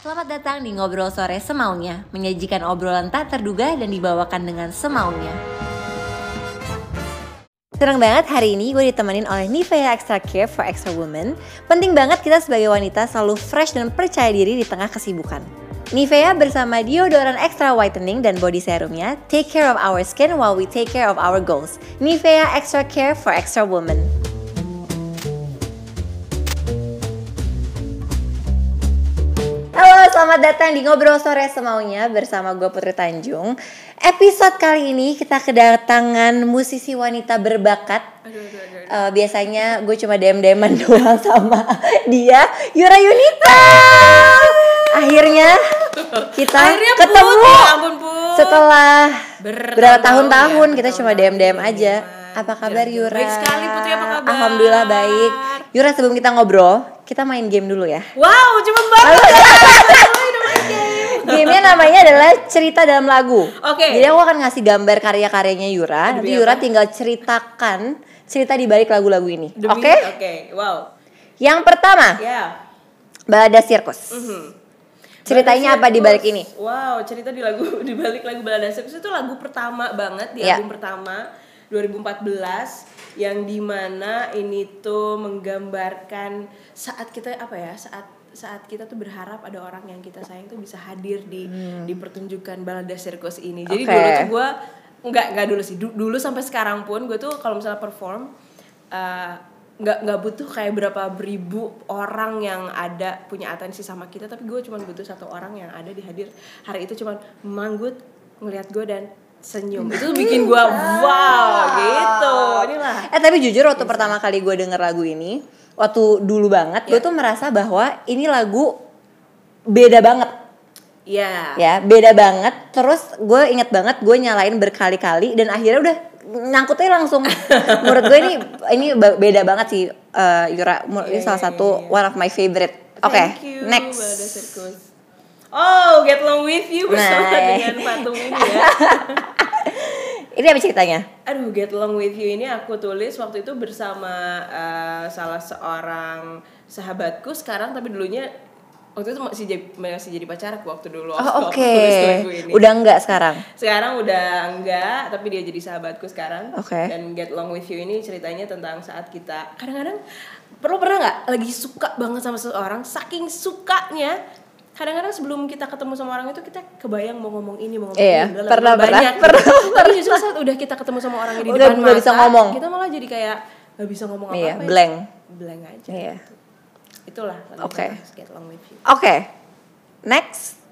Selamat datang di Ngobrol Sore Semaunya, menyajikan obrolan tak terduga dan dibawakan dengan semaunya. Senang banget hari ini gue ditemenin oleh Nivea Extra Care for Extra Women. Penting banget kita sebagai wanita selalu fresh dan percaya diri di tengah kesibukan. Nivea bersama deodoran extra whitening dan body serumnya take care of our skin while we take care of our goals. Nivea Extra Care for Extra Women. Halo, selamat datang di Ngobrol Sore Semaunya bersama gue Putri Tanjung. Episode kali ini kita kedatangan musisi wanita berbakat. Biasanya gue cuma DM-DM-an doang sama dia, Yura Yunita. Akhirnya kita ketemu. Ya ampun, Put. Setelah berapa tahun-tahun kita cuma DM-DM aja. Apa kabar Yura? Baik sekali Putri, apa kabar? Alhamdulillah baik. Yura, sebelum kita ngobrol, kita main game dulu ya. Wow, cepet banget. Gamenya namanya adalah cerita dalam lagu. Oke. Jadi aku akan ngasih gambar karya-karyanya Yura. Nanti Yura tinggal ceritakan cerita di balik lagu-lagu ini. Oke? Oke, wow. Yang pertama, Ya. Balada Sirkus. Ceritanya apa di balik ini? Wow, cerita di balik lagu Balada Sirkus itu lagu pertama banget di Ya. album pertama 2014 yang dimana ini tuh menggambarkan saat kita saat kita tuh berharap ada orang yang kita sayang tuh bisa hadir di pertunjukan Balada Sirkus ini. Jadi dulu tuh gue nggak dulu sih, dulu sampai sekarang pun gue tuh kalau misalnya perform nggak butuh kayak berapa ribu orang yang ada punya atensi sama kita, tapi gue cuma butuh satu orang yang ada di hadir hari itu, cuma manggut ngelihat gue dan senyum. Itu bikin gue wow gitu. Inilah. Tapi jujur waktu pertama kali gue denger lagu ini, waktu dulu banget, gue tuh merasa bahwa ini lagu beda banget. Iya. Ya, beda banget. Terus gue inget banget gue nyalain berkali-kali dan akhirnya udah nyangkutnya langsung. Menurut gue ini beda banget sih, Yura. Ini salah satu one of my favorite. Oke, next. Balada Sirkus. Oh, Get Along With You bersama dengan patung ini ya. Ini apa ceritanya? Aduh, Get Along With You ini aku tulis waktu itu bersama salah seorang sahabatku sekarang, tapi dulunya waktu itu masih jadi pacarku waktu dulu. Oh, oke. Okay. Udah enggak sekarang? Sekarang udah enggak, tapi dia jadi sahabatku sekarang. Oke. Dan Get Along With You ini ceritanya tentang saat kita kadang-kadang pernah nggak lagi suka banget sama seseorang, saking sukanya kadang-kadang sebelum kita ketemu sama orang itu kita kebayang mau ngomong ini mau ngomong ini pernah. tapi justru saat udah kita ketemu sama orangnya di depan mata, bisa ngomong. kita malah jadi kayak nggak bisa ngomong Iya, apa-apa, blank aja. Iya. Gitu. Itulah Oke. Get Along With You. Oke. Next.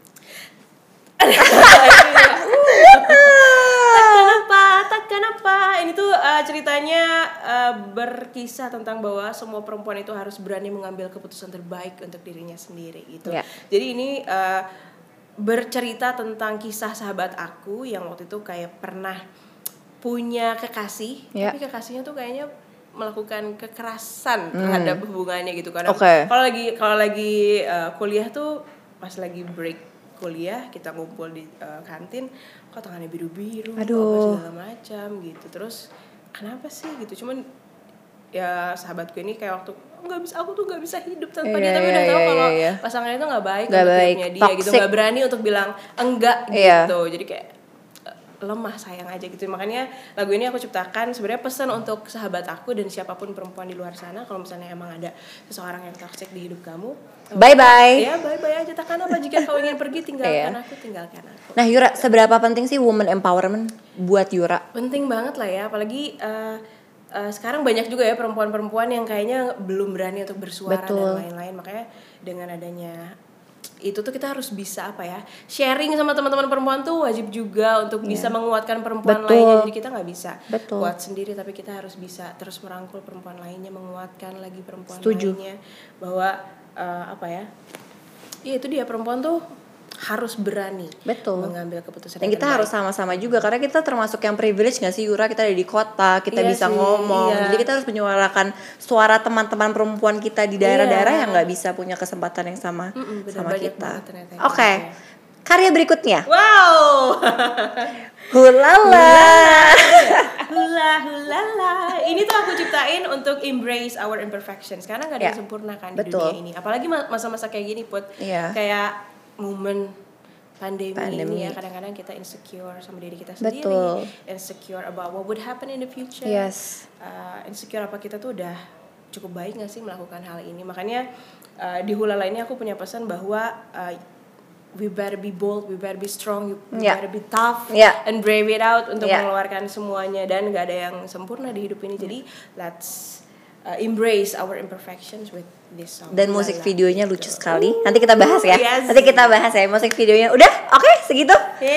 Takkan apa. Ini tuh ceritanya berkisah tentang bahwa semua perempuan itu harus berani mengambil keputusan terbaik untuk dirinya sendiri gitu. Yeah. Jadi ini bercerita tentang kisah sahabat aku yang waktu itu kayak pernah punya kekasih, tapi kekasihnya tuh kayaknya melakukan kekerasan terhadap hubungannya gitu kan. Kalau lagi kuliah tuh pas lagi break kuliah kita ngumpul di kantin, kok tangannya biru-biru, apa segala macam gitu. Terus kenapa sih gitu? Cuman ya sahabatku ini kayak waktu aku tuh nggak bisa hidup tanpa dia, tapi udah tahu kalau pasangannya itu nggak baik untuk hidupnya dia. Toxic. Gitu, nggak berani untuk bilang enggak gitu. Jadi kayak lemah sayang aja gitu. Makanya lagu ini aku ciptakan sebenarnya pesan untuk sahabat aku dan siapapun perempuan di luar sana, kalau misalnya emang ada seseorang yang toxic di hidup kamu, bye bye aja, takkan apa jika kau ingin pergi tinggalkan aku. Nah Yura, seberapa penting sih woman empowerment buat Yura? Penting banget lah ya, apalagi sekarang banyak juga ya perempuan-perempuan yang kayaknya belum berani untuk bersuara. Betul. Dan lain-lain. Makanya dengan adanya itu tuh kita harus bisa sharing sama teman-teman perempuan tuh wajib juga untuk bisa menguatkan perempuan lainnya. Jadi kita nggak bisa kuat sendiri, tapi kita harus bisa terus merangkul perempuan lainnya, menguatkan lagi perempuan lainnya bahwa itu dia, perempuan tuh harus berani mengambil keputusan. Dan kita harus sama-sama juga, karena kita termasuk yang privilege nggak sih Yura, kita ada di kota, kita bisa ngomong, jadi kita harus menyuarakan suara teman-teman perempuan kita di daerah-daerah yang nggak bisa punya kesempatan yang sama sama kita. Oke. Karya berikutnya. Wow. Hulala. hula hula la. Ini tuh aku ciptain untuk embrace our imperfections karena nggak ada yang sempurna kan di dunia ini. Apalagi masa-masa kayak gini Put. Kayak momen pandemi ini ya, kadang-kadang kita insecure sama diri kita sendiri, insecure about what would happen in the future, insecure apa kita tuh udah cukup baik nggak sih melakukan hal ini. Makanya di Hula lainnya aku punya pesan bahwa we better be bold, we better be strong, we better be tough and brave it out untuk mengeluarkan semuanya, dan nggak ada yang sempurna di hidup ini. Jadi let's embrace our imperfections with this song. Dan musik videonya lucu sekali. Nanti kita bahas ya. Nanti kita bahas ya musik videonya. Udah, oke, segitu.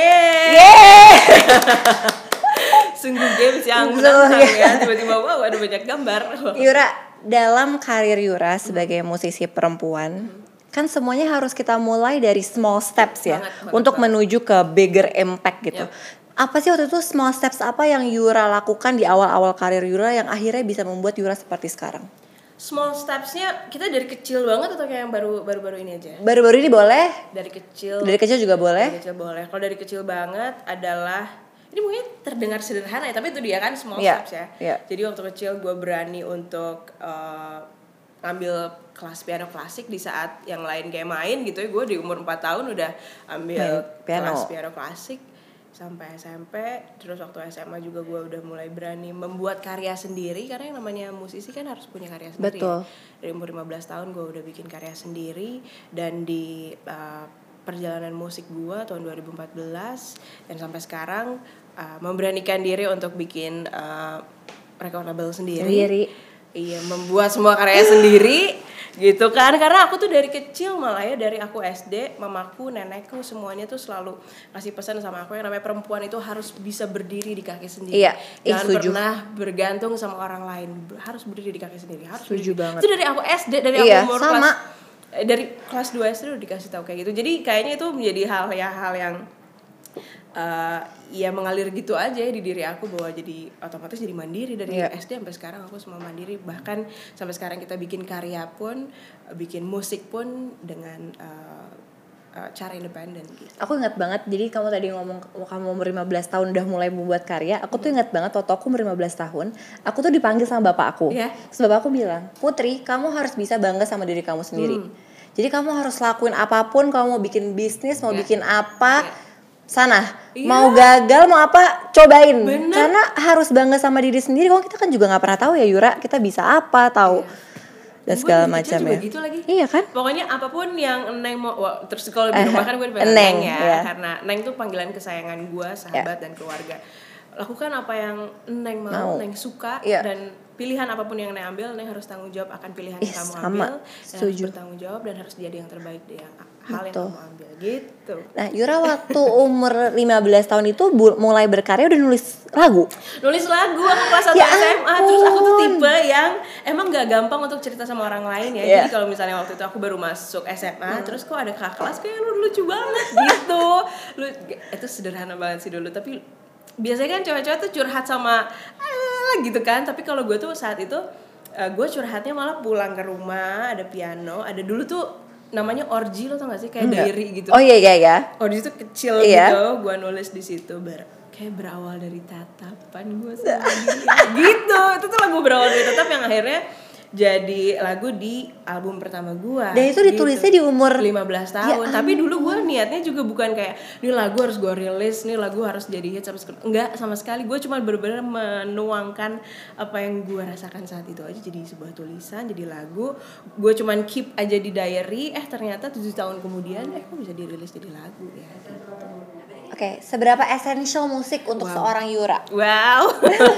Sungguh games yang menantang ya. Tiba-tiba wow ada banyak gambar. Yura, dalam karir Yura sebagai musisi perempuan, kan semuanya harus kita mulai dari small steps ya, untuk menuju ke bigger impact gitu. Apa sih waktu itu small steps apa yang Yura lakukan di awal-awal karir Yura yang akhirnya bisa membuat Yura seperti sekarang? Small stepsnya kita dari kecil banget atau kayak yang baru-baru ini aja? Baru-baru ini boleh. Dari kecil juga boleh. Dari kecil boleh. Kalau dari kecil banget adalah, ini mungkin terdengar sederhana ya, tapi itu dia kan small steps ya. Jadi waktu kecil gue berani untuk ngambil kelas piano klasik di saat yang lain kayak main gitu ya. Gue di umur 4 tahun udah ambil kelas piano klasik sampai SMP. Terus waktu SMA juga gue udah mulai berani membuat karya sendiri, karena yang namanya musisi kan harus punya karya sendiri. Betul. Dari umur 15 tahun gue udah bikin karya sendiri, dan di perjalanan musik gue tahun 2014 dan sampai sekarang memberanikan diri untuk bikin record label sendiri. Iya, membuat semua karya sendiri gitu kan, karena aku tuh dari kecil malah ya, dari aku SD, mamaku, nenekku semuanya tuh selalu kasih pesan sama aku yang namanya perempuan itu harus bisa berdiri di kaki sendiri. Jangan pernah bergantung sama orang lain, harus berdiri di kaki sendiri, harus setuju banget. Itu dari aku SD, dari aku umur dari kelas 2 SD udah dikasih tahu kayak gitu. Jadi kayaknya itu menjadi hal yang ya mengalir gitu aja di diri aku, bahwa jadi otomatis jadi mandiri dari SD sampai sekarang aku semua mandiri. Bahkan sampai sekarang kita bikin karya pun, bikin musik pun dengan cara independen gitu. Aku ingat banget, jadi kamu tadi ngomong kamu umur 15 tahun udah mulai membuat karya. Aku tuh ingat banget waktu aku umur 15 tahun, aku tuh dipanggil sama bapak aku. Terus bapak aku bilang, "Putri, kamu harus bisa bangga sama diri kamu sendiri. Jadi kamu harus lakuin apapun, kamu mau bikin bisnis, mau bikin apa, sana. Mau gagal, mau apa, cobain." Karena harus bangga sama diri sendiri. Kalau kita kan juga nggak pernah tahu ya Yura, kita bisa apa, tahu dan segala macam ya. Gitu lagi. Iya kan? Pokoknya apapun yang Neng mau, terus kalau di rumah kan gue dipanggil Neng ya, karena Neng tuh panggilan kesayangan gue, sahabat dan keluarga. Lakukan apa yang Neng mau. Neng suka, dan pilihan apapun yang Neng ambil, Neng harus tanggung jawab akan pilihan yang kamu ambil, dan harus bertanggung jawab dan harus jadi yang terbaik di hal yang kamu ambil gitu. Nah, Yura waktu umur 15 tahun itu mulai berkarya udah nulis lagu. Aku kelas 1 SMA. Terus aku tuh tipe yang emang gak gampang untuk cerita sama orang lain ya. Jadi kalau misalnya waktu itu aku baru masuk SMA, terus kok ada kakak kelas kayak lu lucu banget gitu. Itu sederhana banget sih dulu, tapi biasanya kan cewek-cewek tuh curhat sama gitu kan. Tapi kalau gue tuh saat itu gue curhatnya malah pulang ke rumah, ada piano, ada dulu tuh namanya orji, lo tau gak sih, kayak diary gitu. Oh iya. Orji tuh kecil gitu, gue nulis di situ kayak berawal dari tatapan gue sama dia gitu. Itu tuh lagu berawal dari tatap yang akhirnya jadi lagu di album pertama gue. Dan itu ditulisnya di umur 15 tahun. Tapi dulu gue niatnya juga bukan kayak ini lagu harus gue rilis, ini lagu harus jadi hit enggak sama sekali. Gue cuma benar-benar menuangkan apa yang gue rasakan saat itu aja jadi sebuah tulisan, jadi lagu. Gue cuman keep aja di diary. Ternyata 7 tahun kemudian kok bisa dirilis jadi lagu ya. Oke, seberapa essential musik untuk seorang Yura? Wow.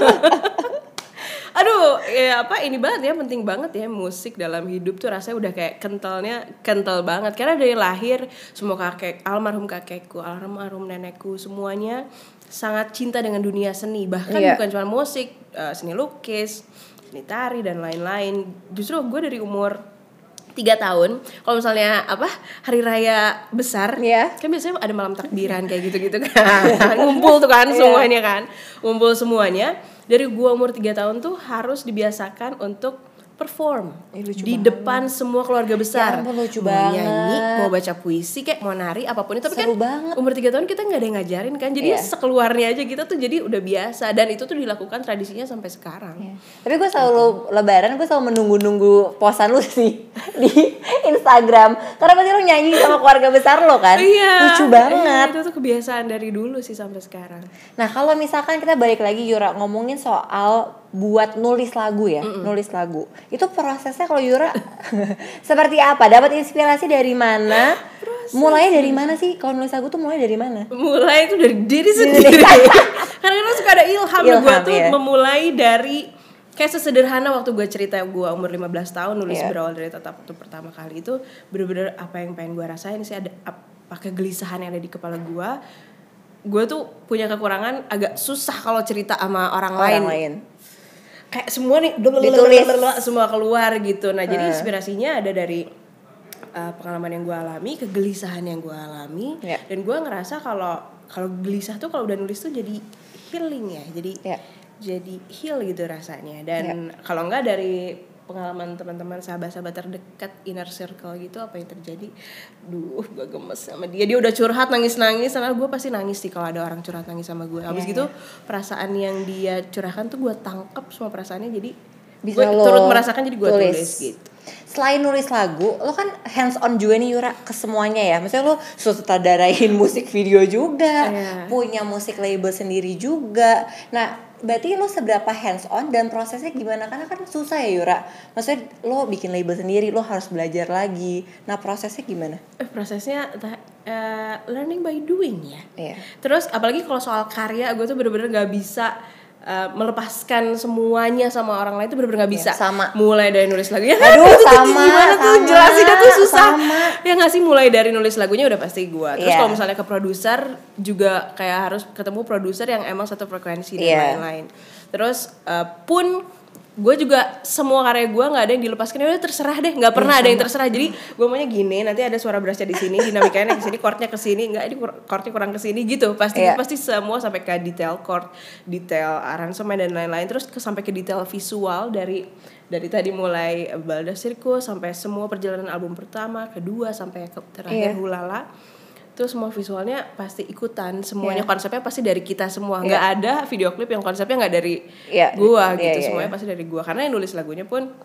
Aduh, ini banget ya, penting banget ya musik dalam hidup tuh, rasanya udah kayak kental banget. Karena dari lahir semua almarhum kakekku, almarhum nenekku, semuanya sangat cinta dengan dunia seni. Bahkan bukan cuma musik, seni lukis, seni tari dan lain-lain. Justru gue dari umur 3 tahun, kalau misalnya hari raya besar, kan biasanya ada malam takbiran kayak gitu-gitu kan. Ngumpul tuh kan semuanya kan. Ngumpul semuanya. Dari gua umur 3 tahun tuh harus dibiasakan untuk perform di depan semua keluarga besar. Ya, lucu mau banget. nyanyi, mau baca puisi, kayak mau nari, apapun itu. Tapi seru kan banget. umur 3 tahun kita nggak ada yang ngajarin kan, jadi sekeluarnya aja kita tuh jadi udah biasa, dan itu tuh dilakukan tradisinya sampai sekarang. Tapi gue selalu lebaran gue selalu menunggu posan lu sih di Instagram, karena pasti lu nyanyi sama keluarga besar lo kan. Lucu banget. Itu tuh kebiasaan dari dulu sih sampai sekarang. Nah kalau misalkan kita balik lagi Yura ngomongin soal buat nulis lagu ya, nulis lagu itu prosesnya kalau Yura seperti apa? Dapat inspirasi dari mana? Mulainya dari mana sih? Kalau nulis lagu tuh mulai dari mana? Mulai itu dari diri sendiri. Karena kan suka ada ilham gue tuh memulai dari kayak sesederhana waktu gue cerita gue umur 15 tahun nulis berawal dari tatap waktu pertama kali itu bener-bener apa yang pengen gue rasain sih, ada apa kegelisahan yang ada di kepala gue tuh punya kekurangan agak susah kalau cerita sama orang lain. Kayak semua nih ditulis semua keluar gitu. Nah jadi inspirasinya ada dari pengalaman yang gue alami, kegelisahan yang gue alami, dan gue ngerasa kalau gelisah tuh kalau udah nulis tuh jadi healing ya, jadi heal gitu rasanya. Dan kalau enggak dari pengalaman teman-teman, sahabat-sahabat terdekat, inner circle gitu, apa yang terjadi, gue gemes sama dia udah curhat nangis-nangis, karena gue pasti nangis sih kalau ada orang curhat nangis sama gue. Habis gitu perasaan yang dia curahkan tuh gue tangkep semua perasaannya, jadi gue turut merasakan, jadi gue tulis gitu. Selain nulis lagu, lo kan hands on juga nih Yura ke semuanya ya. Maksudnya lo sutradarain musik video juga, punya musik label sendiri juga. Nah, berarti lo seberapa hands on dan prosesnya gimana? Karena kan susah ya Yura. Maksudnya lo bikin label sendiri, lo harus belajar lagi. Nah, prosesnya gimana? Prosesnya learning by doing ya. Terus apalagi kalau soal karya, gue tuh bener-bener gak bisa melepaskan semuanya sama orang lain, itu bener-bener gak bisa. Sama. Mulai dari nulis lagunya. Aduh, gimana tuh jelasinnya tuh susah. Ya nggak sih, mulai dari nulis lagunya udah pasti gue. Terus kalau misalnya ke produser juga kayak harus ketemu produser yang emang satu frekuensi dan lain-lain. Terus pun gue juga semua karya gue nggak ada yang dilepaskan, ya udah terserah deh, nggak pernah ada yang terserah. Jadi gue maunya gini, nanti ada suara brassnya di sini, dinamikanya ke sini, chordnya ke sini, nggak ini chordnya kurang ke sini gitu. Pasti semua sampai ke detail chord, detail aransemen dan lain-lain. Terus sampai ke detail visual dari tadi mulai Balda Sirkus sampai semua perjalanan album pertama, kedua sampai ke terakhir Hulala. Terus semua visualnya pasti ikutan, semuanya konsepnya pasti dari kita semua. Nggak ada video klip yang konsepnya nggak dari gua gitu. Semuanya pasti dari gua, karena yang nulis lagunya pun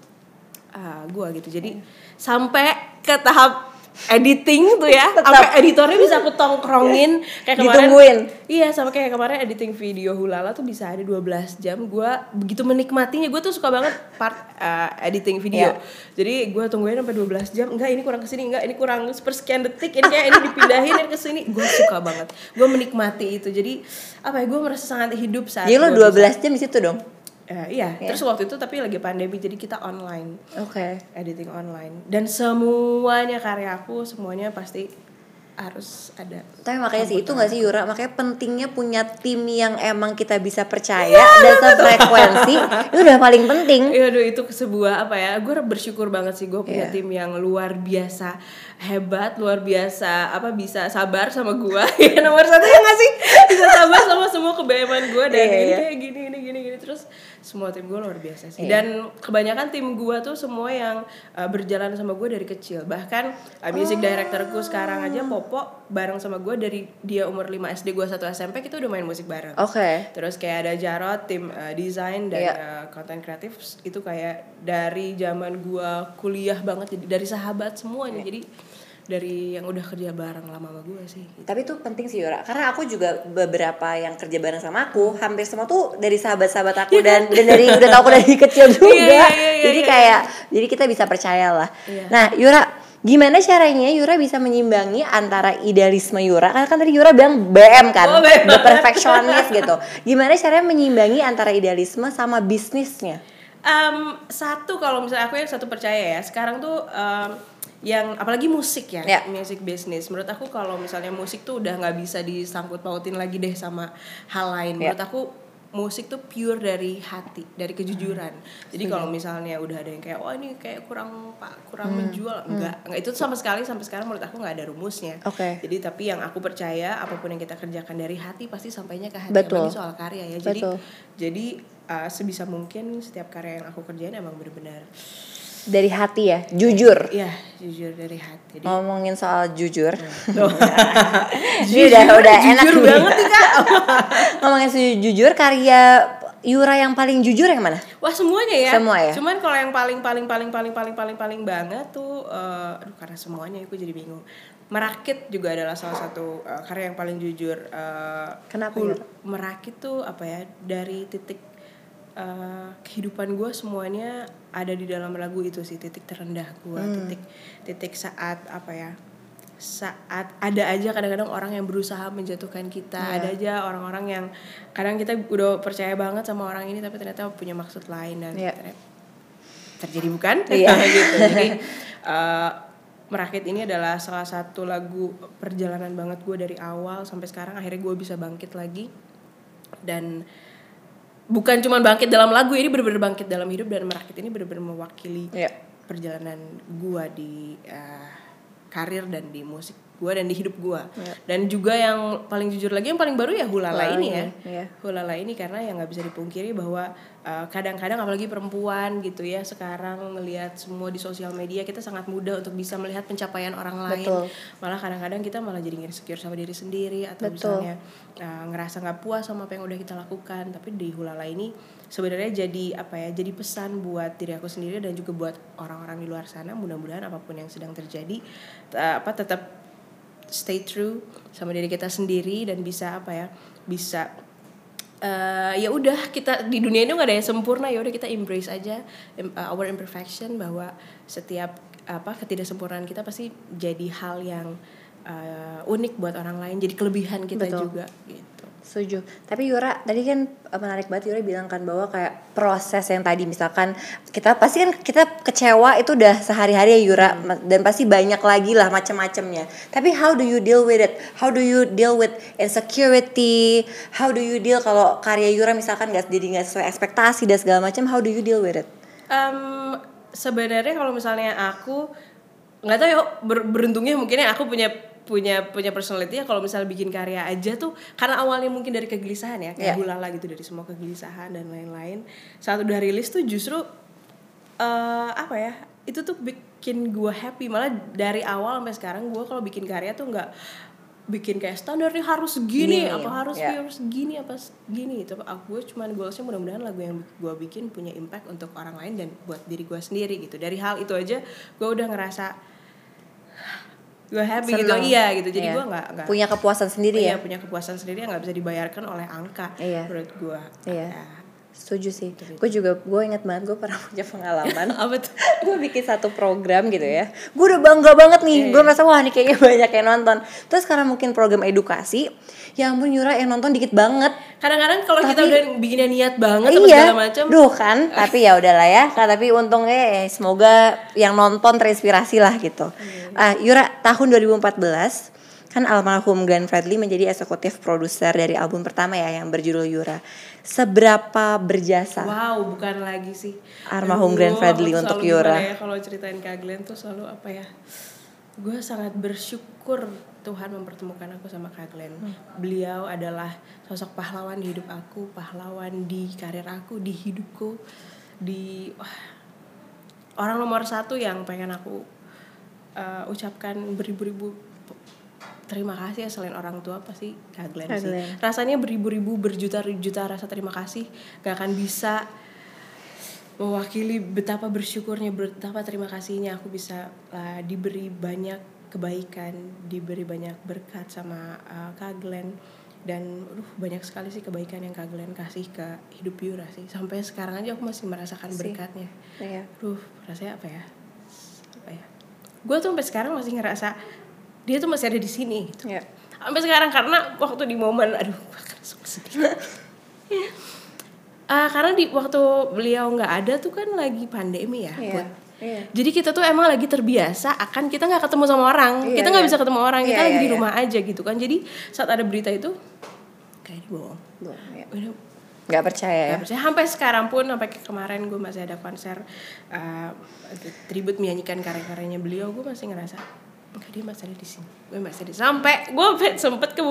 gua gitu. Jadi sampai ke tahap editing tuh ya, sampai editornya bisa aku tongkrongin kayak kemarin. Ditungguin. Iya, sama kayak kemarin editing video Hulala tuh bisa ada 12 jam. Gua begitu menikmatinya, gue tuh suka banget part editing video. Jadi gue tungguin sampai 12 jam. Enggak, ini kurang kesini, enggak, ini kurang sepersekian detik, ini kayak ini dipindahin ini ke sini. Gue suka banget. Gue menikmati itu. Jadi apa ya, gue merasa sangat hidup saat. Jadi lo 12 jam di situ dong? Terus waktu itu tapi lagi pandemi, jadi kita online. Editing online. Dan semuanya karya aku, semuanya pasti harus ada. Tapi makanya sih itu nggak sih Yura, makanya pentingnya punya tim yang emang kita bisa percaya dan sefrekuensi. Itu udah paling penting. Itu sebuah apa ya, gue bersyukur banget sih gue punya tim yang luar biasa hebat, luar biasa bisa sabar sama gue. Nomor satu ya nggak sih, bisa sabar sama semua kebayaman gue dan ini kayak gini. Terus semua tim gue luar biasa sih. Dan kebanyakan tim gue tuh semua yang berjalan sama gue dari kecil. Bahkan music directorku sekarang aja Popo bareng sama gue dari dia umur 5 SD, gue 1 SMP, kita udah main musik bareng. Terus kayak ada Jarod, tim desain dan content kreatif, itu kayak dari zaman gue kuliah banget, jadi dari sahabat semuanya. Jadi dari yang udah kerja bareng lama sama gue sih gitu. Tapi itu penting sih Yura, karena aku juga beberapa yang kerja bareng sama aku hampir semua tuh dari sahabat-sahabat aku dan dari udah tau aku dari kecil juga. Jadi kita bisa percaya lah. Nah Yura, gimana caranya Yura bisa menyimbangi antara idealisme Yura, karena kan tadi Yura bilang BM kan, the perfectionist gitu. Gimana caranya menyimbangi antara idealisme sama bisnisnya? Satu, kalau misalnya aku yang satu percaya ya, sekarang tuh yang apalagi musik ya, music business. Menurut aku kalau misalnya musik tuh udah nggak bisa disangkut pautin lagi deh sama hal lain. Menurut aku musik tuh pure dari hati, dari kejujuran. Jadi kalau misalnya udah ada yang kayak ini kayak kurang menjual, enggak itu sama sekali sampai sekarang menurut aku nggak ada rumusnya. Jadi tapi yang aku percaya apapun yang kita kerjakan dari hati pasti sampainya ke hati. Apalagi soal karya ya. Jadi sebisa mungkin setiap karya yang aku kerjain emang benar-benar dari hati ya, jujur. Iya, jujur dari hati. Jadi, ngomongin soal jujur. Ini udah enak banget nih Kak. Ngomongin soal jujur, karya Yura yang paling jujur yang mana? Wah, semuanya ya. Semua ya. Cuman kalau yang paling banget tuh karena semuanya aku jadi bingung. Merakit juga adalah salah satu karya yang paling jujur. Kenapa? Merakit tuh apa ya? Dari titik kehidupan gue semuanya ada di dalam lagu itu sih, titik terendah gue, titik saat apa ya, saat ada aja kadang-kadang orang yang berusaha menjatuhkan kita, ada aja orang-orang yang kadang kita udah percaya banget sama orang ini tapi ternyata punya maksud lain dan terjadi bukan? Gitu. Jadi Merakit ini adalah salah satu lagu perjalanan banget gue dari awal sampai sekarang, akhirnya gue bisa bangkit lagi. Dan bukan cuma bangkit dalam lagu, ini benar-benar bangkit dalam hidup, dan Merakit ini benar-benar mewakili perjalanan gue di karir dan di musik gue dan di hidup gue. Dan juga yang paling jujur lagi, yang paling baru ya Hulala ini ya. Hulala ini karena yang nggak bisa dipungkiri bahwa kadang-kadang apalagi perempuan gitu ya, sekarang ngelihat semua di sosial media, kita sangat mudah untuk bisa melihat pencapaian orang lain. Malah kadang-kadang kita malah jadi insecure sama diri sendiri, atau misalnya ngerasa nggak puas sama apa yang udah kita lakukan. Tapi di Hulala ini sebenarnya jadi apa ya, jadi pesan buat diri aku sendiri dan juga buat orang-orang di luar sana. Mudah-mudahan apapun yang sedang terjadi tetap stay true sama diri kita sendiri dan bisa apa ya, bisa ya udah, kita di dunia ini nggak ada yang sempurna, ya udah kita embrace aja our imperfection, bahwa setiap ketidaksempurnaan kita pasti jadi hal yang unik buat orang lain, jadi kelebihan kita juga gitu. Setuju. Tapi Yura tadi kan menarik banget, Yura bilang kan bahwa kayak proses yang tadi, misalkan kita pasti kan kita kecewa itu udah sehari-hari ya Yura, dan pasti banyak lagi lah macam-macamnya. Tapi how do you deal with it? How do you deal with insecurity? How do you deal kalau karya Yura misalkan nggak sesuai ekspektasi dan segala macam? How do you deal with it? Sebenarnya kalau misalnya aku nggak tahu ya, beruntungnya mungkin aku punya personality ya, kalau misalnya bikin karya aja tuh, karena awalnya mungkin dari kegelisahan ya, kayak Hulala gitu, dari semua kegelisahan dan lain-lain. Saat udah rilis tuh justru itu tuh bikin gue happy. Malah dari awal sampai sekarang gue kalau bikin karya tuh nggak bikin kayak standarnya harus segini, harus gini apa gini. Itu gue cuman goalsnya mudah-mudahan lagu yang gue bikin punya impact untuk orang lain dan buat diri gue sendiri gitu. Dari hal itu aja gue udah ngerasa gue happy. Senang. Gitu gitu. Jadi gue nggak punya kepuasan sendiri ya. Punya kepuasan sendiri yang nggak bisa dibayarkan oleh angka. Menurut gue. Setuju sih. Gue inget banget, gue pernah punya pengalaman. Apa tuh? Gue bikin satu program gitu ya. Gue udah bangga banget nih. Gue merasa wah nih kayaknya banyak yang nonton. Terus karena mungkin program edukasi, ya ampun Yura yang nonton dikit banget. Kadang-kadang kalau kita udah bikinnya niat banget sama segala macam. Kan. Tapi ya udahlah ya. Tapi untungnya semoga yang nonton terinspirasi lah gitu. Yura, tahun 2014 kan almarhum Glenn Fredly menjadi eksekutif produser dari album pertama ya yang berjudul Yura. Seberapa berjasa? Wow, bukan lagi sih. Almarhum Glenn Fredly untuk Yura. Ya, kalau ceritain Kak Glenn tuh selalu apa ya? Gue sangat bersyukur Tuhan mempertemukan aku sama Kak Glenn. Beliau adalah sosok pahlawan di hidup aku, pahlawan di karir aku, di hidupku, orang nomor satu yang pengen aku ucapkan beribu-ribu terima kasih ya, selain orang tua pasti Kak Glenn sih. Rasanya beribu-ribu, berjuta-juta rasa terima kasih gak akan bisa mewakili betapa bersyukurnya, betapa terima kasihnya aku bisa diberi banyak kebaikan, diberi banyak berkat sama Kak Glenn. Dan banyak sekali sih kebaikan yang Kak Glenn kasih ke hidup Yura sih. Sampai sekarang aja aku masih merasakan berkatnya. Rasanya apa ya? Gue tuh sampai sekarang masih ngerasa dia tuh masih ada di sini gitu. Sampai sekarang, karena waktu di momen sedih. Karena di waktu beliau nggak ada tuh kan lagi pandemi ya. Jadi kita tuh emang lagi terbiasa akan kita nggak ketemu sama orang, kita nggak bisa ketemu orang, kita lagi di rumah aja gitu kan. Jadi saat ada berita itu kayak dibohong. Nggak percaya ya? Nggak percaya. Sampai sekarang pun, sampai kemarin gue masih ada konser tribute menyanyikan karya-karyanya beliau, gue masih ngerasa enggak, dia masih ada di sini, gue masih ada. Sampai gue sempet kebawa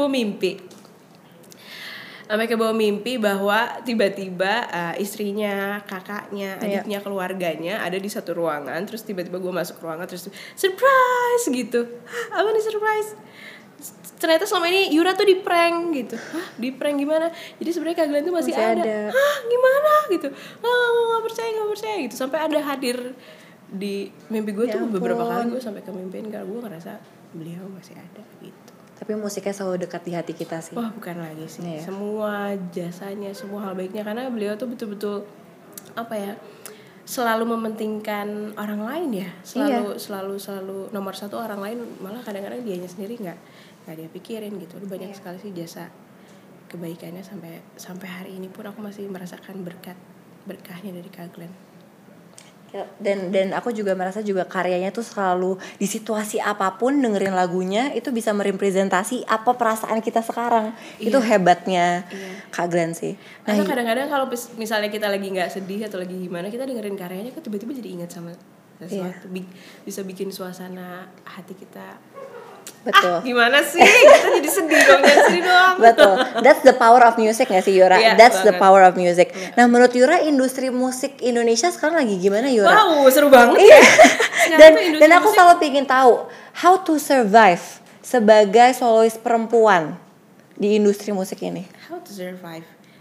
mimpi bahwa tiba-tiba istrinya, kakaknya, adiknya, keluarganya ada di satu ruangan. Terus tiba-tiba gue masuk ruangan, terus surprise gitu. Apa nih surprise? Ternyata selama ini Yura tuh di prank gitu. Hah, di prank gimana? Jadi sebenarnya Kak Glenn tuh masih ada. Hah, gimana gitu? Nggak percaya gitu. Sampai ada hadir di mimpi gue tuh beberapa kali gue sampai kemimpiin karena gue ngerasa beliau masih ada gitu. Tapi musiknya selalu dekat di hati kita sih. Wah, bukan lagi sih. Semua jasanya, semua hal baiknya, karena beliau tuh betul-betul apa ya? Selalu mementingkan orang lain ya. Selalu nomor satu orang lain, malah kadang-kadang dianya sendiri nggak dia pikirin gitu. Banyak sekali sih jasa kebaikannya sampai hari ini pun aku masih merasakan berkahnya dari Kak Glenn. Dan aku juga merasa juga karyanya tuh selalu di situasi apapun dengerin lagunya itu bisa merepresentasi apa perasaan kita sekarang. Itu hebatnya Kak Glenn sih. Nah, kadang-kadang kalau misalnya kita lagi nggak sedih atau lagi gimana, kita dengerin karyanya kok tiba-tiba jadi ingat sama sesuatu, bisa bikin suasana hati kita. Betul. Gimana sih? Kita jadi sedih dong. Betul. That's the power of music gak sih Yura? That's the power of music. Nah, menurut Yura industri musik Indonesia sekarang lagi gimana Yura? Wow, seru banget. Dan aku selalu pengen tahu how to survive sebagai solois perempuan di industri musik ini. How to survive?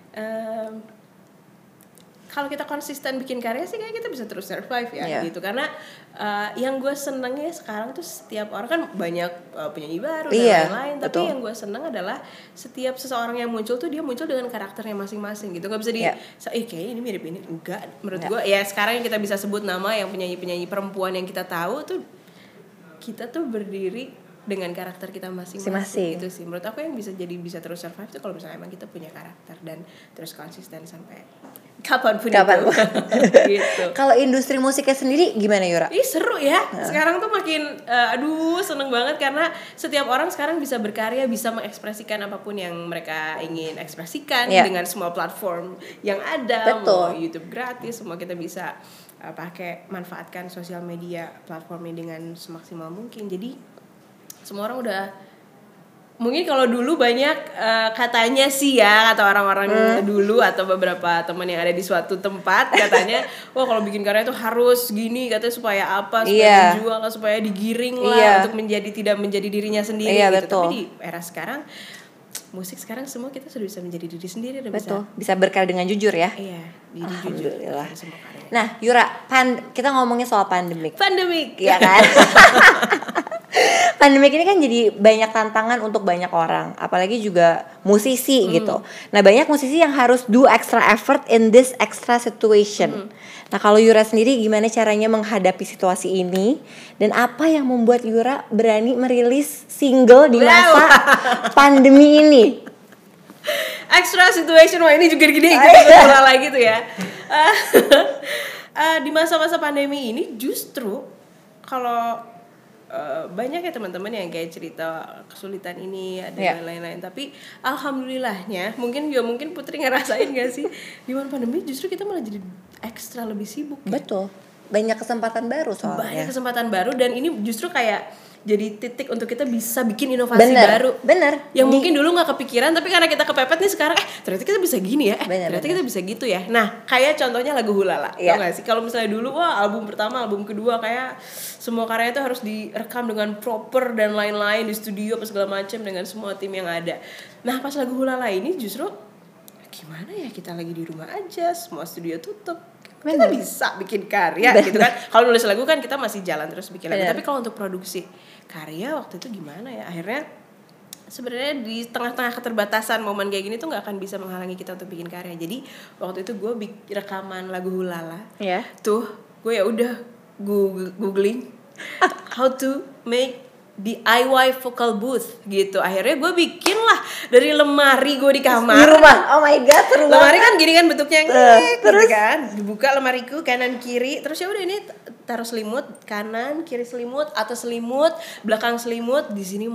Kalau kita konsisten bikin karya sih kayak kita bisa terus survive ya gitu. Karena yang gue senengnya sekarang tuh setiap orang kan banyak penyanyi baru dan lain-lain. Tapi yang gue seneng adalah setiap seseorang yang muncul tuh dia muncul dengan karakternya masing-masing gitu. Gak bisa kayaknya ini mirip ini. Enggak, menurut gue ya sekarang yang kita bisa sebut nama yang penyanyi-penyanyi perempuan yang kita tahu tuh, kita tuh berdiri dengan karakter kita masing-masing. Itu sih menurut aku yang bisa terus survive tuh kalau misalnya emang kita punya karakter dan terus konsisten sampai kapanpun. Gitu. Kalau industri musiknya sendiri gimana Yura? Seru ya. Sekarang tuh makin seneng banget karena setiap orang sekarang bisa berkarya, bisa mengekspresikan apapun yang mereka ingin ekspresikan dengan semua platform yang ada. Mau YouTube gratis, semua kita bisa manfaatkan sosial media platformnya dengan semaksimal mungkin. Jadi semua orang udah, mungkin kalau dulu banyak katanya sih ya, kata orang-orang dulu atau beberapa teman yang ada di suatu tempat katanya, wah kalau bikin karya itu harus gini, katanya supaya apa, supaya dijual lah, supaya digiring lah, untuk tidak menjadi dirinya sendiri gitu. Tapi di era sekarang, musik sekarang semua kita sudah bisa menjadi diri sendiri dan bisa berkarya dengan jujur ya. Jujur. Nah Yura, kita ngomongin soal pandemik ya kan. Pandemik ini kan jadi banyak tantangan untuk banyak orang, apalagi juga musisi gitu. Nah banyak musisi yang harus do extra effort in this extra situation. Nah kalau Yura sendiri gimana caranya menghadapi situasi ini, dan apa yang membuat Yura berani merilis single di masa pandemi ini? Extra situation, wah ini juga gini lagi tuh ya. Di masa-masa pandemi ini justru kalau banyak ya teman-teman yang kayak cerita kesulitan ini dan lain-lain, tapi alhamdulillahnya mungkin Putri ngerasain gak sih di mana pandemi justru kita malah jadi ekstra lebih sibuk. Betul, banyak kesempatan baru soalnya. Banyak kesempatan baru dan ini justru kayak jadi titik untuk kita bisa bikin inovasi baru. Yang mungkin dulu nggak kepikiran, tapi karena kita kepepet nih sekarang, ternyata kita bisa gini ya, ternyata kita bisa gitu ya. Nah, kayak contohnya lagu Hulala, tau nggak sih? Kalau misalnya dulu, album pertama, album kedua, kayak semua karya itu harus direkam dengan proper dan lain-lain di studio apa segala macam dengan semua tim yang ada. Nah, pas lagu Hulala ini justru gimana ya, kita lagi di rumah aja, semua studio tutup. Kita bisa bikin karya gitu kan. Kalau nulis lagu kan kita masih jalan terus bikin lagu. Tapi kalau untuk produksi karya waktu itu gimana ya? Akhirnya sebenarnya di tengah-tengah keterbatasan momen kayak gini tuh nggak akan bisa menghalangi kita untuk bikin karya. Jadi waktu itu gue rekaman lagu Hulala. Tuh gue ya udah googling how to make DIY vocal booth gitu. Akhirnya gue bikin lah dari lemari gue di kamar. Di rumah. Oh my god, seru banget. Lemari kan gini kan bentuknya gitu kan. Dibuka lemariku kanan kiri. Terus ya udah ini taruh selimut kanan, kiri selimut, atas selimut, belakang selimut, di sini mic.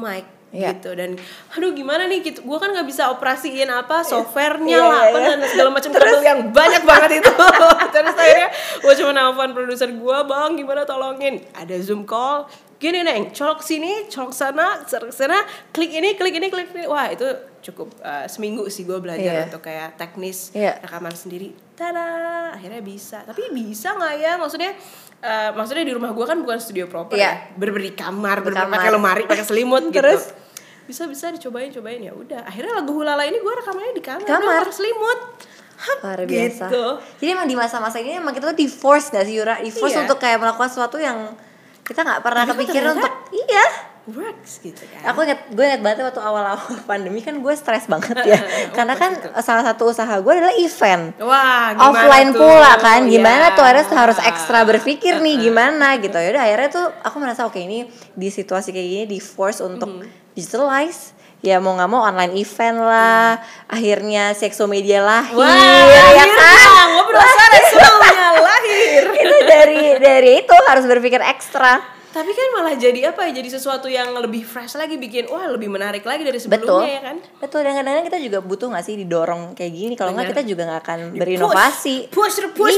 gitu. Dan aduh gimana nih gitu, gue kan nggak bisa operasiin apa softwarenya lah dan segala macam kabel yang banyak banget itu. Terus akhirnya gue cuma nelfon produser gue, bang gimana tolongin, ada Zoom call gini neng, colok sini, colok sana, klik ini. Wah itu cukup seminggu sih gue belajar untuk kayak teknis rekaman sendiri. Tada, akhirnya bisa. Tapi bisa nggak ya? Maksudnya di rumah gue kan bukan studio proper ya, bener-bener di kamar, pakai lemari, pakai selimut gitu. Terus bisa dicobain ya udah. Akhirnya lagu Hulala ini gue rekamannya di kamar pakai selimut. Luar biasa. Gitu. Jadi emang di masa-masa ini emang kita tuh di force gak sih Yura? Di force untuk kayak melakukan sesuatu yang kita nggak pernah kepikiran untuk works gitu kan. Gue inget banget waktu awal-awal pandemi kan gue stres banget ya. Karena kan salah satu usaha gue adalah event. Wah, offline pula kan. Gimana tuh akhirnya harus ekstra berpikir nih gimana gitu. Yaudah akhirnya tuh aku merasa oke, ini di situasi kayak gini di force untuk digitalize. Ya mau nggak mau online event lah. Akhirnya Sekso Media lahir. Wah, ya kan? Ngobrol Seksonya lahir. Itu dari itu harus berpikir ekstra. Tapi kan malah jadi apa ya? Jadi sesuatu yang lebih fresh lagi, bikin lebih menarik lagi dari sebelumnya. Ya kan? Betul, dan kadang-kadang kita juga butuh nggak sih didorong kayak gini. Kalau nggak kita juga nggak akan berinovasi. Push.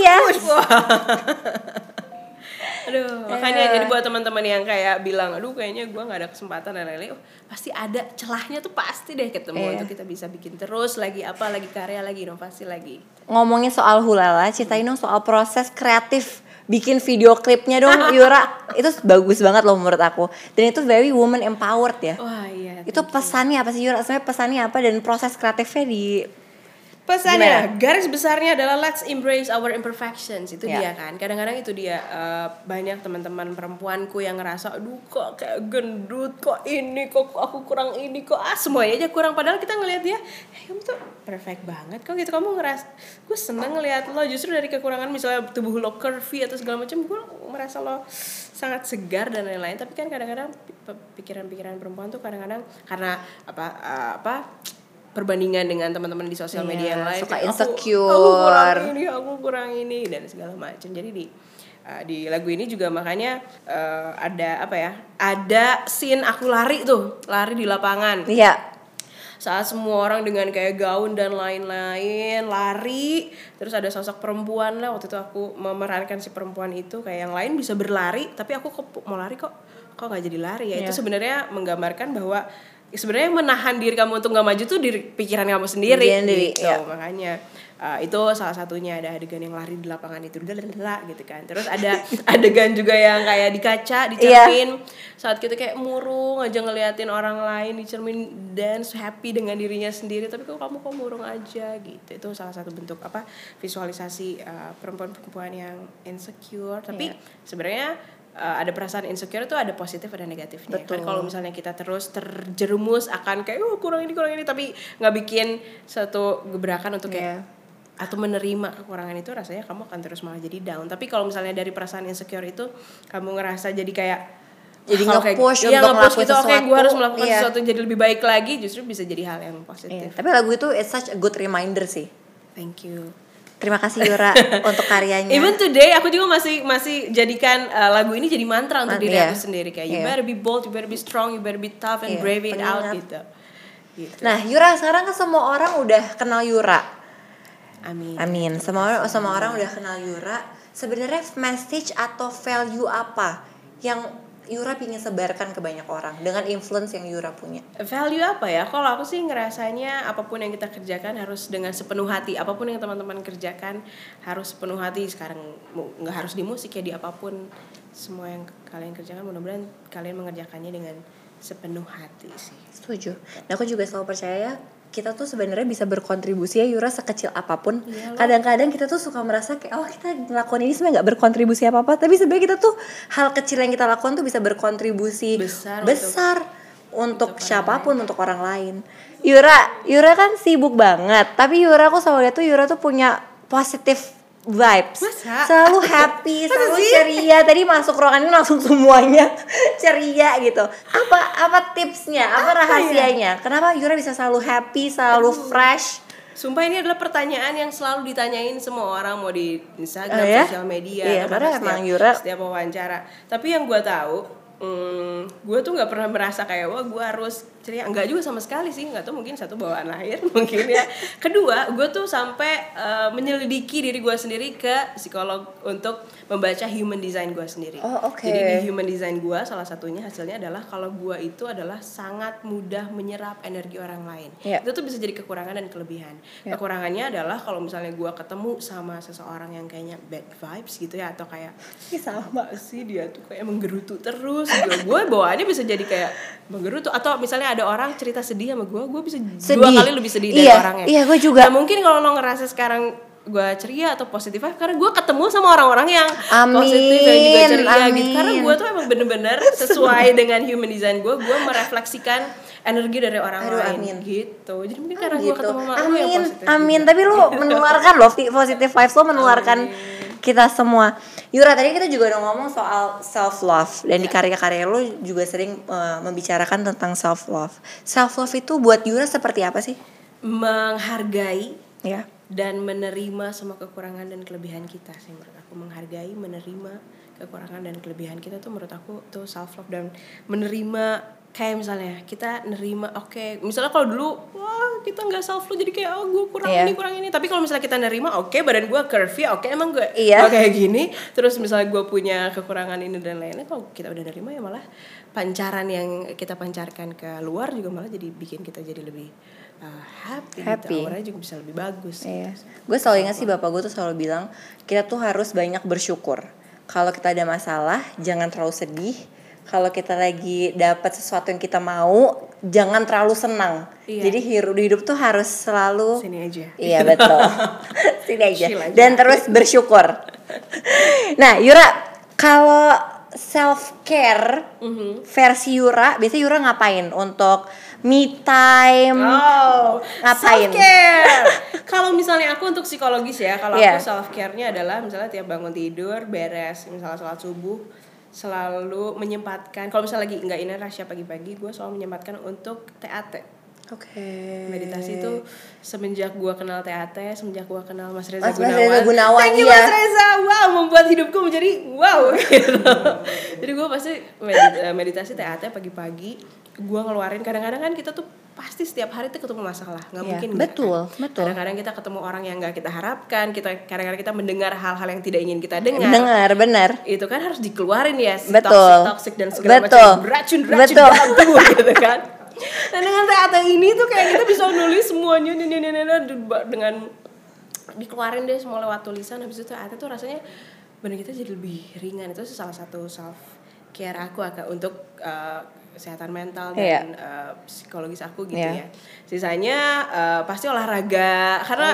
Aduh, makanya jadi buat teman-teman yang kayak bilang, aduh kayaknya gue nggak ada kesempatan dan lain-lain, pasti ada celahnya tuh, pasti deh ketemu untuk kita bisa bikin terus lagi karya lagi, inovasi lagi. Ngomongin soal Hulala, ceritain dong soal proses kreatif bikin video klipnya dong Yura. Itu bagus banget loh menurut aku, dan itu very woman empowered ya. Wah iya. Itu pesannya apa sih Yura? Sebenarnya pesannya apa dan proses kreatifnya di pesannya, garis besarnya adalah let's embrace our imperfections. Itu dia kan. Kadang-kadang itu dia, banyak teman-teman perempuanku yang ngerasa, aduh kok kayak gendut, kok ini, kok aku kurang ini, kok semuanya aja kurang. Padahal kita ngelihat dia, kamu tuh perfect banget kok gitu. Kamu ngerasa, gue seneng ngelihat lo justru dari kekurangan, misalnya tubuh lo curvy atau segala macam, gue merasa lo sangat segar dan lain-lain. Tapi kan kadang-kadang pikiran-pikiran perempuan tuh kadang-kadang karena perbandingan dengan teman-teman di sosial media yang lain, suka kayak, insecure, aku kurang ini dan segala macam. Jadi di lagu ini juga makanya ada scene aku lari di lapangan. Iya. Saat semua orang dengan kayak gaun dan lain-lain lari, terus ada sosok perempuan lah, waktu itu aku memerankan si perempuan itu, kayak yang lain bisa berlari tapi aku mau lari kok nggak jadi lari ya. Itu sebenarnya menggambarkan bahwa sebenarnya menahan diri kamu untuk nggak maju tuh di pikiran kamu sendiri gitu. Makanya itu salah satunya, ada adegan yang lari di lapangan itu gitu kan. Terus ada adegan juga yang kayak di kaca, di cermin, saat kita kayak murung aja ngeliatin orang lain di cermin, dance happy dengan dirinya sendiri, tapi kok kamu murung aja gitu. Itu salah satu bentuk visualisasi perempuan-perempuan yang insecure. Tapi sebenarnya ada perasaan insecure itu ada positif ada negatifnya. Kan kalau misalnya kita terus terjerumus akan kayak kurang ini tapi nggak bikin satu gebrakan untuk kayak atau menerima kekurangan itu, rasanya kamu akan terus malah jadi down. Tapi kalau misalnya dari perasaan insecure itu kamu ngerasa jadi kayak jadi nge-push untuk melakukan gitu, sesuatu, gue harus melakukan sesuatu jadi lebih baik lagi, justru bisa jadi hal yang positif. Tapi lagu itu it's such a good reminder sih. Thank you. Terima kasih Yura untuk karyanya. Even today aku juga masih jadikan lagu ini jadi mantra untuk diri aku sendiri, kayak you better be bold, you better be strong, you better be tough and brave it out gitu. Nah Yura, sekarang kan semua orang udah kenal Yura. Amin. Semua orang udah kenal Yura. Sebenarnya message atau value apa yang Yura ingin sebarkan ke banyak orang dengan influence yang Yura punya? Value apa ya? Kalau aku sih ngerasanya apapun yang kita kerjakan harus dengan sepenuh hati. Apapun yang teman-teman kerjakan harus sepenuh hati. Sekarang nggak harus di musik ya, di apapun, semua yang kalian kerjakan mudah-mudahan kalian mengerjakannya dengan sepenuh hati sih. Setuju. Nah aku juga selalu percaya kita tuh sebenarnya bisa berkontribusi ya Yura, sekecil apapun. Kadang-kadang kita tuh suka merasa kayak kita ngelakuin ini sebenarnya nggak berkontribusi apa-apa, tapi sebenarnya kita tuh hal kecil yang kita lakukan tuh bisa berkontribusi besar untuk siapapun, untuk orang lain. Yura kan sibuk banget, tapi Yura aku selalu lihat tuh Yura tuh punya positive vibes. Selalu happy, selalu ceria. Tadi masuk ruangan ini langsung semuanya ceria gitu. Apa tipsnya? Apa rahasianya? Kenapa Yura bisa selalu happy, selalu fresh? Sumpah ini adalah pertanyaan yang selalu ditanyain semua orang, mau di Instagram, sosial media, karena emang Yura setiap wawancara. Tapi yang gue tahu, gue tuh nggak pernah merasa kayak wah gue harus ceria, enggak juga sama sekali sih, nggak tahu mungkin satu bawaan lahir mungkin ya. Kedua, gue tuh sampai menyelidiki diri gue sendiri ke psikolog untuk membaca human design gue sendiri. Jadi di human design gue salah satunya hasilnya adalah kalau gue itu adalah sangat mudah menyerap energi orang lain. Itu tuh bisa jadi kekurangan dan kelebihan. Kekurangannya adalah kalau misalnya gue ketemu sama seseorang yang kayaknya bad vibes gitu ya, atau kayak sama sih dia tuh kayak menggerutu terus gitu. Gue bawaannya bisa jadi kayak menggerutu, atau misalnya ada orang cerita sedih sama gue bisa sedih. 2 kali lebih sedih dari orangnya. Iya, gue juga. Nah mungkin kalau lo ngerasa sekarang gue ceria atau positif karena gue ketemu sama orang-orang yang positif dan juga ceria gitu. Karena gue tuh emang bener-bener sesuai dengan human design gue refleksikan energi dari orang lain gitu. Jadi mungkin karena gue ketemu sama lo yang positif. Amin. Tapi lu menularkan loh positive vibes, lo menularkan kita semua. Yura, tadi kita juga udah ngomong soal self love dan di karya-karya lo juga sering membicarakan tentang self love. Self love itu buat Yura seperti apa sih? Menghargai dan menerima semua kekurangan dan kelebihan kita sih menurut aku. Menghargai, menerima kekurangan dan kelebihan kita tuh menurut aku tuh self love. Dan menerima kayak misalnya kita nerima misalnya kalau dulu wah kita nggak self love jadi kayak gue kurang ini, tapi kalau misalnya kita nerima badan gue curvy, emang gue kayak gini, terus misalnya gue punya kekurangan ini dan lainnya, kalau kita udah nerima ya malah pancaran yang kita pancarkan ke luar juga malah jadi bikin kita jadi lebih happy. Gitu. Auranya juga bisa lebih bagus. Gue selalu ingat sih bapak gue tuh selalu bilang kita tuh harus banyak bersyukur. Kalau kita ada masalah jangan terlalu sedih. Kalau kita lagi dapat sesuatu yang kita mau, jangan terlalu senang. Jadi hidup tuh harus selalu sini aja. Iya betul. Sini aja. Dan terus bersyukur. Nah, Yura, kalau self care versi Yura, biasanya Yura ngapain untuk me time? Ngapain? Self care. Kalau misalnya aku untuk psikologis ya, kalau aku self care-nya adalah misalnya tiap bangun tidur, beres, misalnya sholat subuh, selalu menyempatkan, kalau misalnya lagi nggak ini rasya pagi-pagi, gue selalu menyempatkan untuk TAT. Meditasi itu semenjak gue kenal TAT, semenjak gue kenal Mas Reza Gunawan. Thank you Mas Reza, wow, membuat hidupku menjadi wow gitu. Jadi gue pasti meditasi TAT pagi-pagi, gue ngeluarin. Kadang-kadang kan kita tuh pasti setiap hari tuh ketemu masalah, nggak mungkin betul. Kadang-kadang kita ketemu orang yang nggak kita harapkan, kadang-kadang kita mendengar hal-hal yang tidak ingin kita dengar. Benar. Itu kan harus dikeluarin ya, toxic dan segala macam racun dalam tubuh gitu kan. Dan dengan TAT ini tuh kayak kita bisa nulis semuanya dengan dikeluarin deh semua lewat tulisan. Habis itu TAT tuh rasanya benar kita jadi lebih ringan. Itu salah satu self care aku untuk kesehatan mental dan psikologis aku gitu ya. Sisanya pasti olahraga karena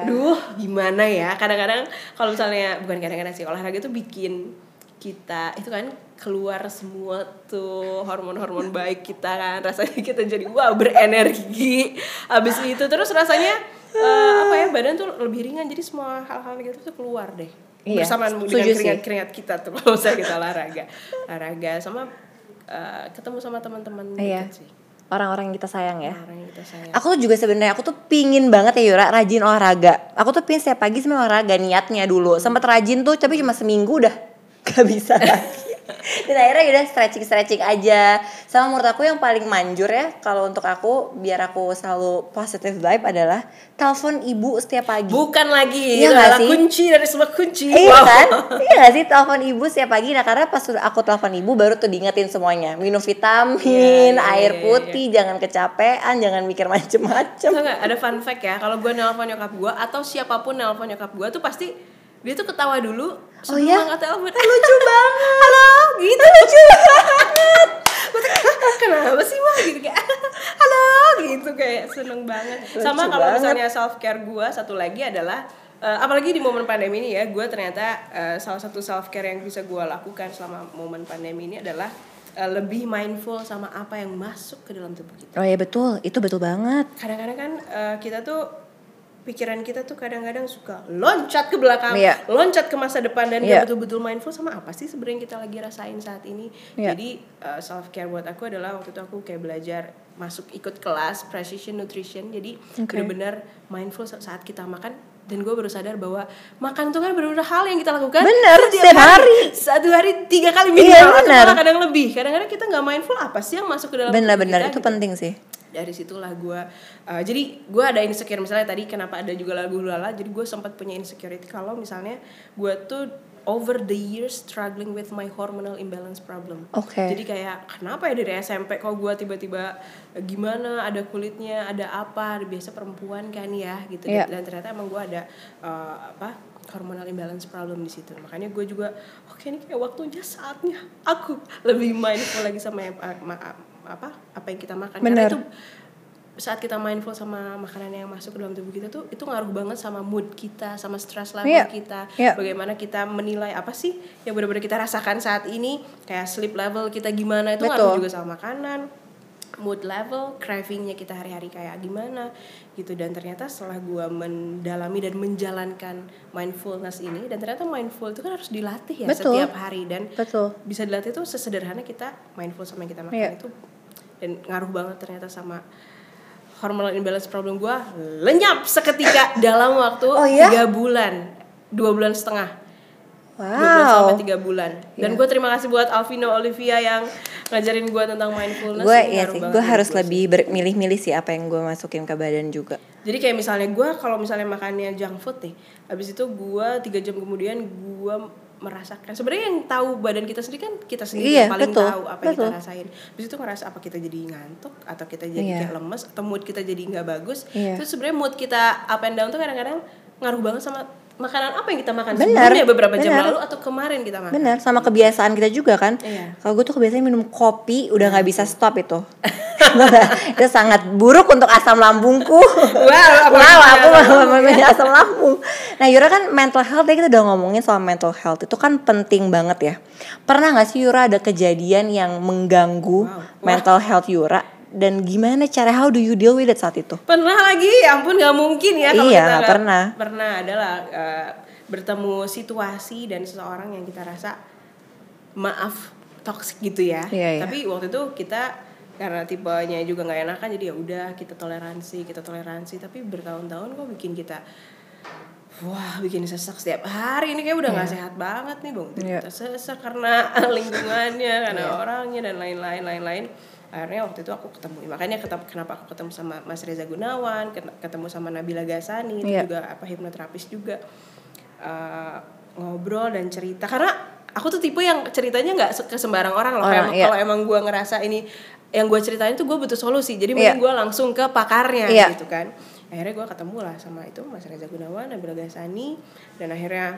gimana ya, kadang-kadang kalau misalnya bukan kadang-kadang sih, olahraga tuh bikin kita itu kan keluar semua tuh hormon-hormon baik kita kan, rasanya kita jadi berenergi. Habis itu terus rasanya badan tuh lebih ringan, jadi semua hal-hal gitu tuh keluar deh. Bersamaan dengan keringat kita tuh kalau misalnya kita olahraga sama ketemu sama teman-teman dekat sih. Orang-orang yang kita sayang ya. Aku tuh juga sebenarnya aku tuh pingin banget ya Yura rajin olahraga. Aku tuh pingin setiap pagi sebenarnya olahraga niatnya dulu. Sempat rajin tuh tapi cuma seminggu udah gak bisa lagi. Dan akhirnya udah stretching aja. Sama menurut aku yang paling manjur ya kalau untuk aku biar aku selalu positive vibe adalah telepon ibu setiap pagi. Bukan lagi, itu adalah kunci dari semua kunci. Iya kan? Iya gak sih, telepon ibu setiap pagi. Nah karena pas aku telepon ibu baru tuh diingetin semuanya. Minum vitamin, air putih, jangan kecapean, jangan mikir macem-macem. Tau gak, ada fun fact ya, kalau gue nelpon nyokap gue atau siapapun nelpon nyokap gue tuh pasti dia tuh ketawa dulu sebelum angkat telepon. Lucu banget. Halo, gitu. Lucu banget. Kenapa sih mah gitu kayak halo gitu, kayak seneng banget. Lucu sama kalau misalnya self care gue satu lagi adalah apalagi di momen pandemi ini ya, gue ternyata salah satu self care yang bisa gue lakukan selama momen pandemi ini adalah lebih mindful sama apa yang masuk ke dalam tubuh kita. Oh iya betul, itu betul banget. Kadang-kadang kan kita tuh pikiran kita tuh kadang-kadang suka loncat ke belakang, loncat ke masa depan dan gak betul-betul mindful sama apa sih sebenarnya kita lagi rasain saat ini. Jadi self care buat aku adalah waktu itu aku kayak belajar masuk ikut kelas precision nutrition. Jadi benar-benar mindful saat kita makan. Dan gue baru sadar bahwa makan itu kan benar-benar hal yang kita lakukan setiap hari. 1 hari 3 kali minimal, atau malah kadang lebih. Kadang-kadang kita nggak mindful apa sih yang masuk ke dalam tubuh kita. Benar itu gitu. Penting sih. Dari situlah gue jadi gue ada insecure, misalnya tadi kenapa ada juga lagu Lala, jadi gue sempat punya insecurity kalau misalnya gue tuh over the years struggling with my hormonal imbalance problem. Jadi kayak kenapa ya dari SMP kok gue tiba-tiba gimana, ada kulitnya, ada apa, biasa perempuan kan ya gitu. Dan ternyata emang gue ada hormonal imbalance problem di situ. Makanya gue juga ini kayak waktunya, saatnya aku lebih mindful lagi sama apa yang kita makan. Karena itu saat kita mindful sama makanan yang masuk ke dalam tubuh kita tuh, itu ngaruh banget sama mood kita, sama stress level kita, bagaimana kita menilai apa sih yang benar-benar kita rasakan saat ini, kayak sleep level kita gimana, itu ngaruh juga sama makanan, mood level, cravingnya kita hari-hari kayak gimana gitu. Dan ternyata setelah gue mendalami dan menjalankan mindfulness ini, dan ternyata mindful itu kan harus dilatih ya setiap hari, dan bisa dilatih tuh sesederhana kita mindful sama yang kita makan itu, dan ngaruh banget ternyata sama hormonal imbalance problem gue lenyap seketika dalam waktu 3 bulan, 2,5 bulan. 2 bulan sampai 3 bulan. Dan gue terima kasih buat Alvino Olivia yang ngajarin gue tentang mindfulness. Gue harus lebih milih-milih sih apa yang gue masukin ke badan juga. Jadi kayak misalnya gue kalau misalnya makannya junk food nih, habis itu gue 3 jam kemudian gue merasakan, sebenarnya yang tahu badan kita sendiri kan kita sendiri yang paling tahu apa yang kita rasain. Habis itu ngerasa apa kita jadi ngantuk, atau kita jadi kayak lemes, atau mood kita jadi nggak bagus. Terus sebenarnya mood kita up and down tuh kadang-kadang ngaruh banget sama makanan apa yang kita makan sebelumnya beberapa jam lalu atau kemarin kita makan. Sama kebiasaan kita juga kan. Kalau gue tuh kebiasaan minum kopi udah nggak bisa stop itu. Itu sangat buruk untuk asam lambungku. Aku memilih asam lambung. Nah Yura kan mental health, kita udah ngomongin soal mental health, itu kan penting banget ya. Pernah nggak sih Yura ada kejadian yang mengganggu mental health Yura? Dan gimana cara, how do you deal with it saat itu? Pernah lagi, ya ampun, gak mungkin ya kalau kita pernah adalah bertemu situasi dan seseorang yang kita rasa maaf toksik gitu ya. Tapi waktu itu kita karena tipenya juga nggak enakan, jadi ya udah kita toleransi. Tapi bertahun-tahun kok bikin kita bikin sesak setiap hari. Ini kayak udah nggak sehat banget nih, Bang. Kita sesak karena lingkungannya, karena orangnya dan lain-lain. Akhirnya waktu itu aku ketemu, makanya kenapa aku ketemu sama Mas Reza Gunawan, ketemu sama Nabila Ghazani, itu juga hipnoterapis juga, ngobrol dan cerita. Karena aku tuh tipe yang ceritanya nggak ke sembarang orang loh. Kalau emang gue ngerasa ini yang gue ceritain tuh gue butuh solusi, jadi mending gue langsung ke pakarnya gitu kan. Akhirnya gue ketemu lah sama itu Mas Reza Gunawan, Nabila Ghazani, dan akhirnya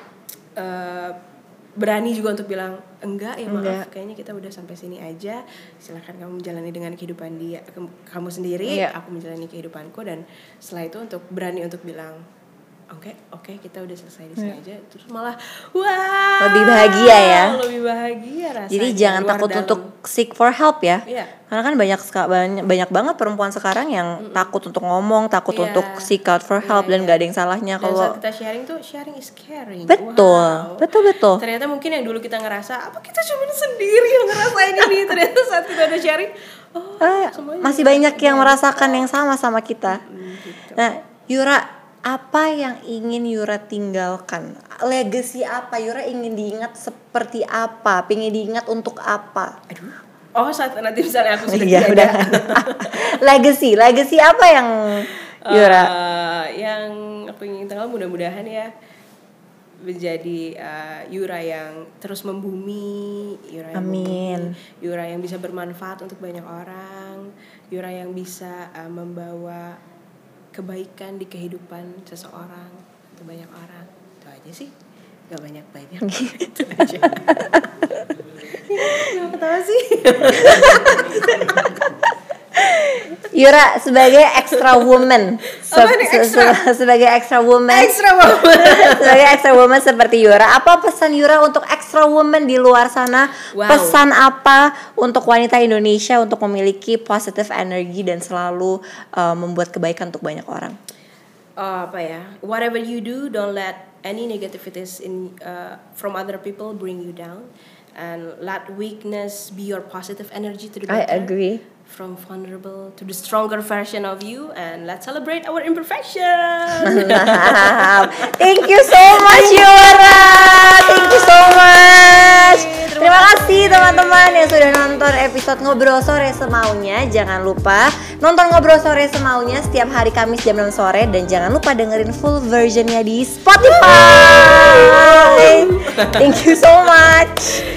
berani juga untuk bilang enggak, maaf, kayaknya kita udah sampai sini aja, silakan kamu menjalani dengan kehidupan kamu sendiri, aku menjalani kehidupanku. Dan setelah itu untuk berani untuk bilang oke, kita udah selesai di sini aja, terus malah lebih bahagia ya, lebih bahagia rasanya. Jadi jangan takut untuk seek for help ya. Karena kan banyak banget perempuan sekarang yang takut untuk ngomong, takut untuk seek out for help, dan gak ada yang salahnya kalau saat kita sharing is caring. Betul. Ternyata mungkin yang dulu kita ngerasa apa kita cuma sendiri yang ngerasain ini, ternyata saat kita udah sharing masih banyak yang merasakan yang sama kita. Gitu. Nah Yura, apa yang ingin Yura tinggalkan? Legacy apa? Yura ingin diingat seperti apa? Pengen diingat untuk apa? Saat nanti misalnya aku sudah udah. Legacy apa yang Yura? Yang aku ingin tinggalkan mudah-mudahan ya menjadi Yura yang terus membumi, Yura yang bisa bermanfaat untuk banyak orang, Yura yang bisa membawa kebaikan di kehidupan seseorang untuk banyak orang. Itu aja sih, gak banyak-banyak. Itu aja. Kenapa ketawa sih? Yura sebagai extra woman, sebagai extra woman seperti Yura, apa pesan Yura untuk extra woman di luar sana? Pesan apa untuk wanita Indonesia untuk memiliki positive energy dan selalu membuat kebaikan untuk banyak orang? Whatever you do, don't let any negativities from other people bring you down, and let weakness be your positive energy to the better. I agree. from vulnerable to the stronger version of you, and let's celebrate our imperfection. Thank you so much Yura. Thank you so much. Terima kasih teman-teman yang sudah nonton episode Ngobrol Sore Semaunya. Jangan lupa nonton Ngobrol Sore Semaunya setiap hari Kamis jam 6 sore, dan jangan lupa dengerin full versionnya di Spotify. Thank you so much.